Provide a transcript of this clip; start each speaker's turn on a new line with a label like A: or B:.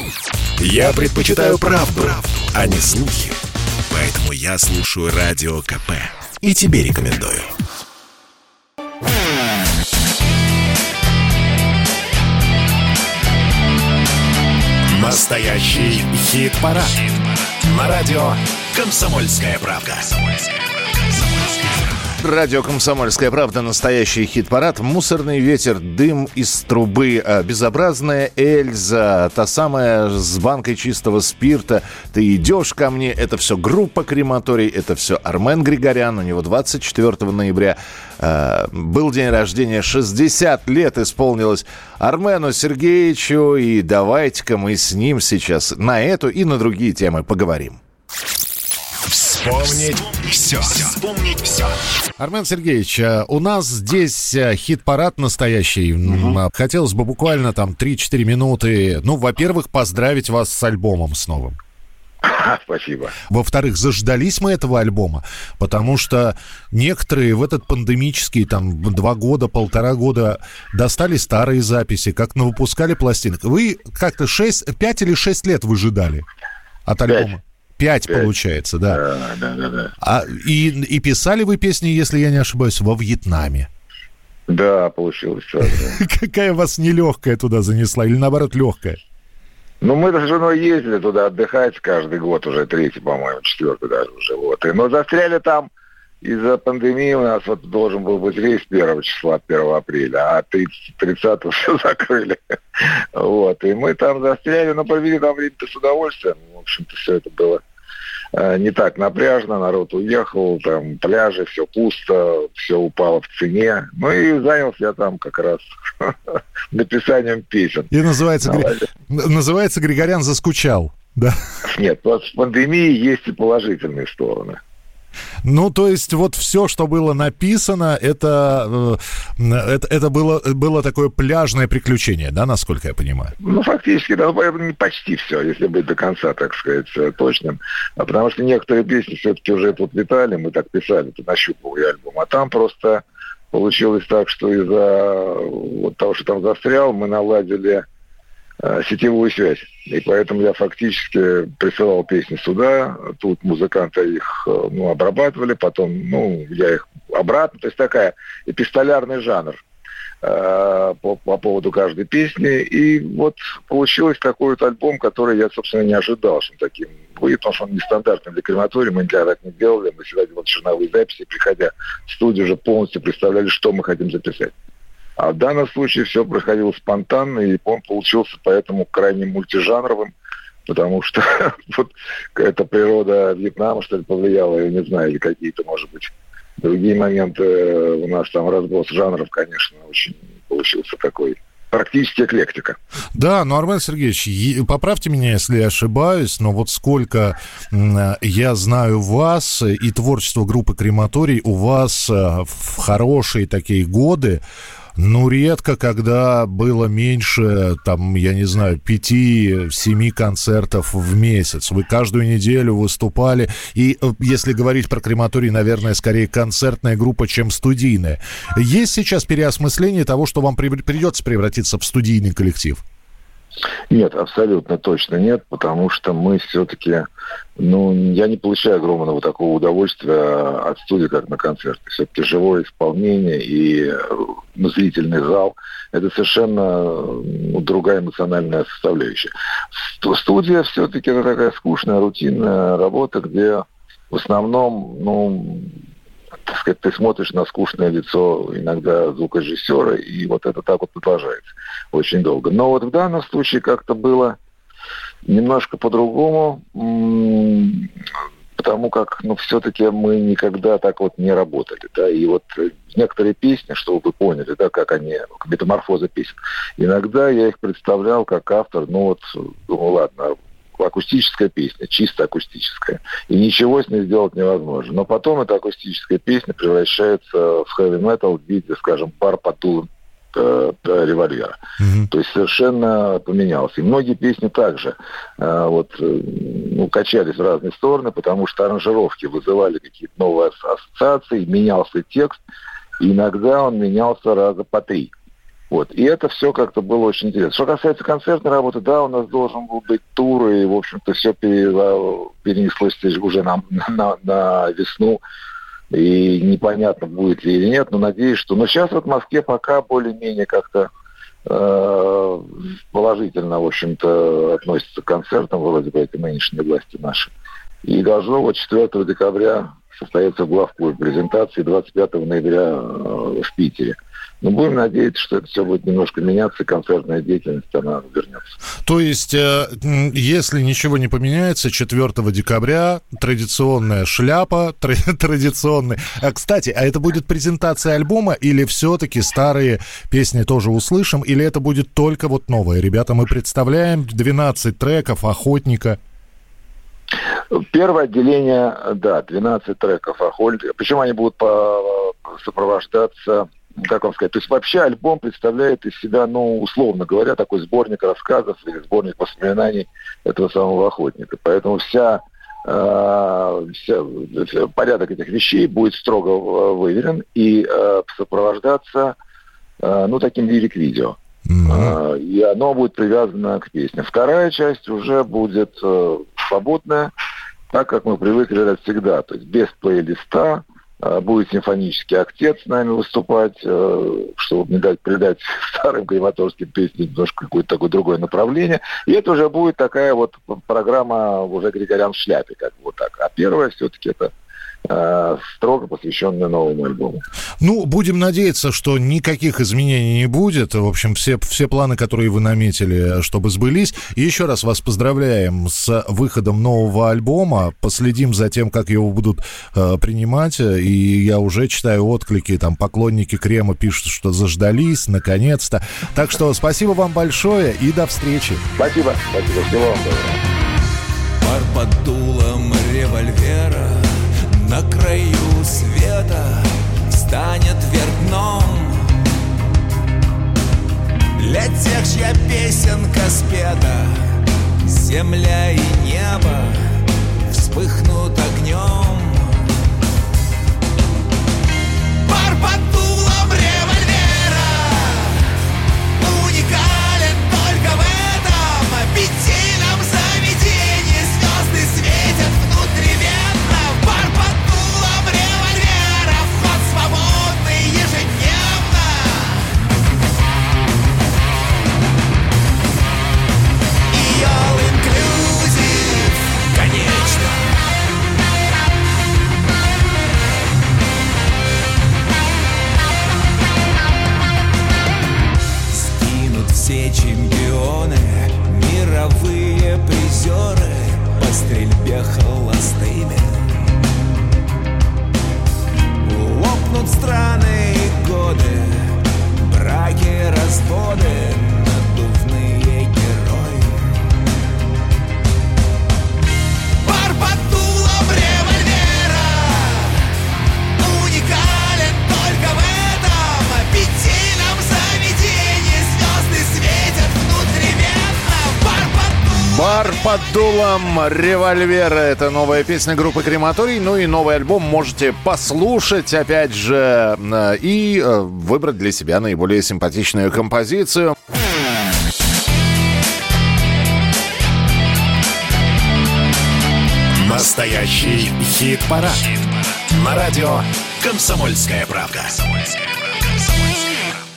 A: Я предпочитаю правду, а не слухи. Поэтому я слушаю Радио КП. И тебе рекомендую. Настоящий хит-парад. На радио «Комсомольская правда».
B: Радио «Комсомольская правда», настоящий хит-парад. «Мусорный ветер», «Дым из трубы», «Безобразная Эльза», та самая с банкой чистого спирта, «Ты идешь ко мне». Это все группа «Крематорий», это все Армен Григорян. У него 24 ноября был день рождения, 60 лет исполнилось Армену Сергеевичу. И давайте-ка мы с ним сейчас на эту и на другие темы поговорим.
A: Вспомнить все. Вспомнить все.
B: Армен Сергеевич, у нас здесь хит-парад настоящий. Хотелось бы буквально там 3-4 минуты. Ну, во-первых, поздравить вас с альбомом с новым.
C: Спасибо.
B: Во-вторых, заждались мы этого альбома, потому что некоторые в этот пандемический, там, 2 года, 1,5 года достали старые записи, как выпускали пластинок. Вы как-то 5 или 6 лет выжидали от альбома? 5 получается, да. Да. И писали вы песни, если я не ошибаюсь, во Вьетнаме.
C: Да, получилось.
B: Какая вас нелегкая туда занесла, или наоборот легкая?
C: Ну, мы с женой ездили туда отдыхать каждый год, уже 3-й, по-моему, 4-й даже уже. Вот. Но застряли там из-за пандемии. У нас вот должен был быть рейс 1 числа, 1 апреля, а 30-го все закрыли. Вот. И мы там застряли, но провели там время-то с удовольствием. В общем-то, все это было не так напряжно, народ уехал, там пляжи, все пусто, все упало в цене. Ну и занялся я там как раз написанием песен.
B: И называется «Григорян заскучал», да? Нет,
C: вот в пандемии есть и положительные стороны.
B: Ну, то есть вот все, что было написано, это было такое пляжное приключение, да, насколько я понимаю?
C: Ну, фактически, да, не почти все, если быть до конца, так сказать, точным. Потому что некоторые песни все-таки уже тут летали, мы так писали, тут нащупывали альбом. А там просто получилось так, что из-за вот того, что там застрял, мы наладили сетевую связь. И поэтому я фактически присылал песни суда, тут музыканты их обрабатывали, потом я их обратно. То есть такая эпистолярный жанр по поводу каждой песни. И вот получился такой вот альбом, который я, собственно, не ожидал, что он таким будет, потому что он нестандартный для Крематория, мы никогда так не делали, мы всегда делали черновые записи, приходя в студию, уже полностью представляли, что мы хотим записать. А в данном случае все происходило спонтанно, и он получился поэтому крайне мультижанровым, потому что вот какая-то природа Вьетнама, что ли, повлияла, я не знаю, или какие-то, может быть, другие моменты. У нас там разброс жанров, конечно, очень получился такой. Практически эклектика.
B: Да, но, Армен Сергеевич, поправьте меня, если я ошибаюсь, но вот сколько я знаю вас и творчество группы «Крематорий», у вас в хорошие такие годы, редко, когда было меньше, там, я не знаю, 5-7 концертов в месяц. Вы каждую неделю выступали. И если говорить про Крематорий, наверное, скорее концертная группа, чем студийная. Есть сейчас переосмысление того, что вам придется превратиться в студийный коллектив?
C: Нет, абсолютно точно нет, потому что мы все-таки, я не получаю огромного такого удовольствия от студии, как на концерте. Все-таки живое исполнение и зрительный зал – это совершенно другая эмоциональная составляющая. Студия все-таки это такая скучная, рутинная работа, где в основном, так сказать, ты смотришь на скучное лицо иногда звукорежиссера, и вот это так вот продолжается очень долго. Но вот в данном случае как-то было немножко по-другому, потому как, все-таки мы никогда так вот не работали, да, и вот некоторые песни, чтобы вы поняли, да, как они, метаморфоза песен, иногда я их представлял как автор, думаю, ладно, акустическая песня, чисто акустическая, и ничего с ней сделать невозможно. Но потом эта акустическая песня превращается в хэви-метал в виде, скажем, пар под дулом револьвера. Mm-hmm. То есть совершенно поменялся. И многие песни также качались в разные стороны, потому что аранжировки вызывали какие-то новые ассоциации, менялся текст, и иногда он менялся раза по 3. Вот. И это все как-то было очень интересно. Что касается концертной работы, да, у нас должен был быть тур, и, в общем-то, все перенеслось уже на весну. И непонятно, будет ли или нет, но надеюсь, что... Но сейчас вот в Москве пока более-менее как-то положительно, в общем-то, относятся к концертам, вроде бы, это нынешние власти наши. И должно вот 4 декабря состояться в главклубе презентации, 25 ноября в Питере. Но будем надеяться, что это все будет немножко меняться, и концертная деятельность, она вернется.
B: То есть, если ничего не поменяется, 4 декабря традиционная шляпа, традиционный... Кстати, а это будет презентация альбома, или все-таки старые песни тоже услышим, или это будет только вот новое? Ребята, мы представляем 12 треков «Охотника».
C: Первое отделение, да, 12 треков «Охотника». Причем они будут сопровождаться... Как вам сказать, то есть вообще альбом представляет из себя, ну, условно говоря, такой сборник рассказов или сборник воспоминаний этого самого охотника. Поэтому порядок этих вещей будет строго выверен и сопровождаться, ну, таким лирик-видео. Mm-hmm. И оно будет привязано к песне. Вторая часть уже будет свободная, так как мы привыкли делать всегда, то есть без плейлиста. Будет симфонический октет с нами выступать, чтобы придать старым крематорским песням немножко какое-то такое другое направление. И это уже будет такая вот программа уже Григорян в шляпе, как бы вот так. А первая все-таки это строго посвященная новому альбому.
B: Ну, будем надеяться, что никаких изменений не будет. В общем, все планы, которые вы наметили, чтобы сбылись. И еще раз вас поздравляем с выходом нового альбома. Последим за тем, как его будут принимать. И я уже читаю отклики. Там поклонники Крема пишут, что заждались, наконец-то. Так что спасибо вам большое и до встречи.
C: Спасибо. Всего вам доброго.
D: Пар под дулом револьвера на краю света встанет вверх дном. Для тех, чья песенка спета, земля и небо вспыхнут огнем. Пар под дулом револьвера уникален только в этом питейном заведении. Звезды светят внутривенно. Пар под дулом револьвера, вход свободный ежедневно. И all inclusive, конечно. Сгинут все чемпионы, мировые призеры по стрельбе холостыми. Лопнут страны и годы, браки, разводы, надувные герои. Пар под дулом револьвера уникален только в этом питейном заведении. Звезды светят внутривенно.
B: Бар под дулом револьвера. Это новая песня группы «Крематорий». Ну и новый альбом можете послушать, опять же, и выбрать для себя наиболее симпатичную композицию.
A: Настоящий хит-парад. На радио «Комсомольская правда».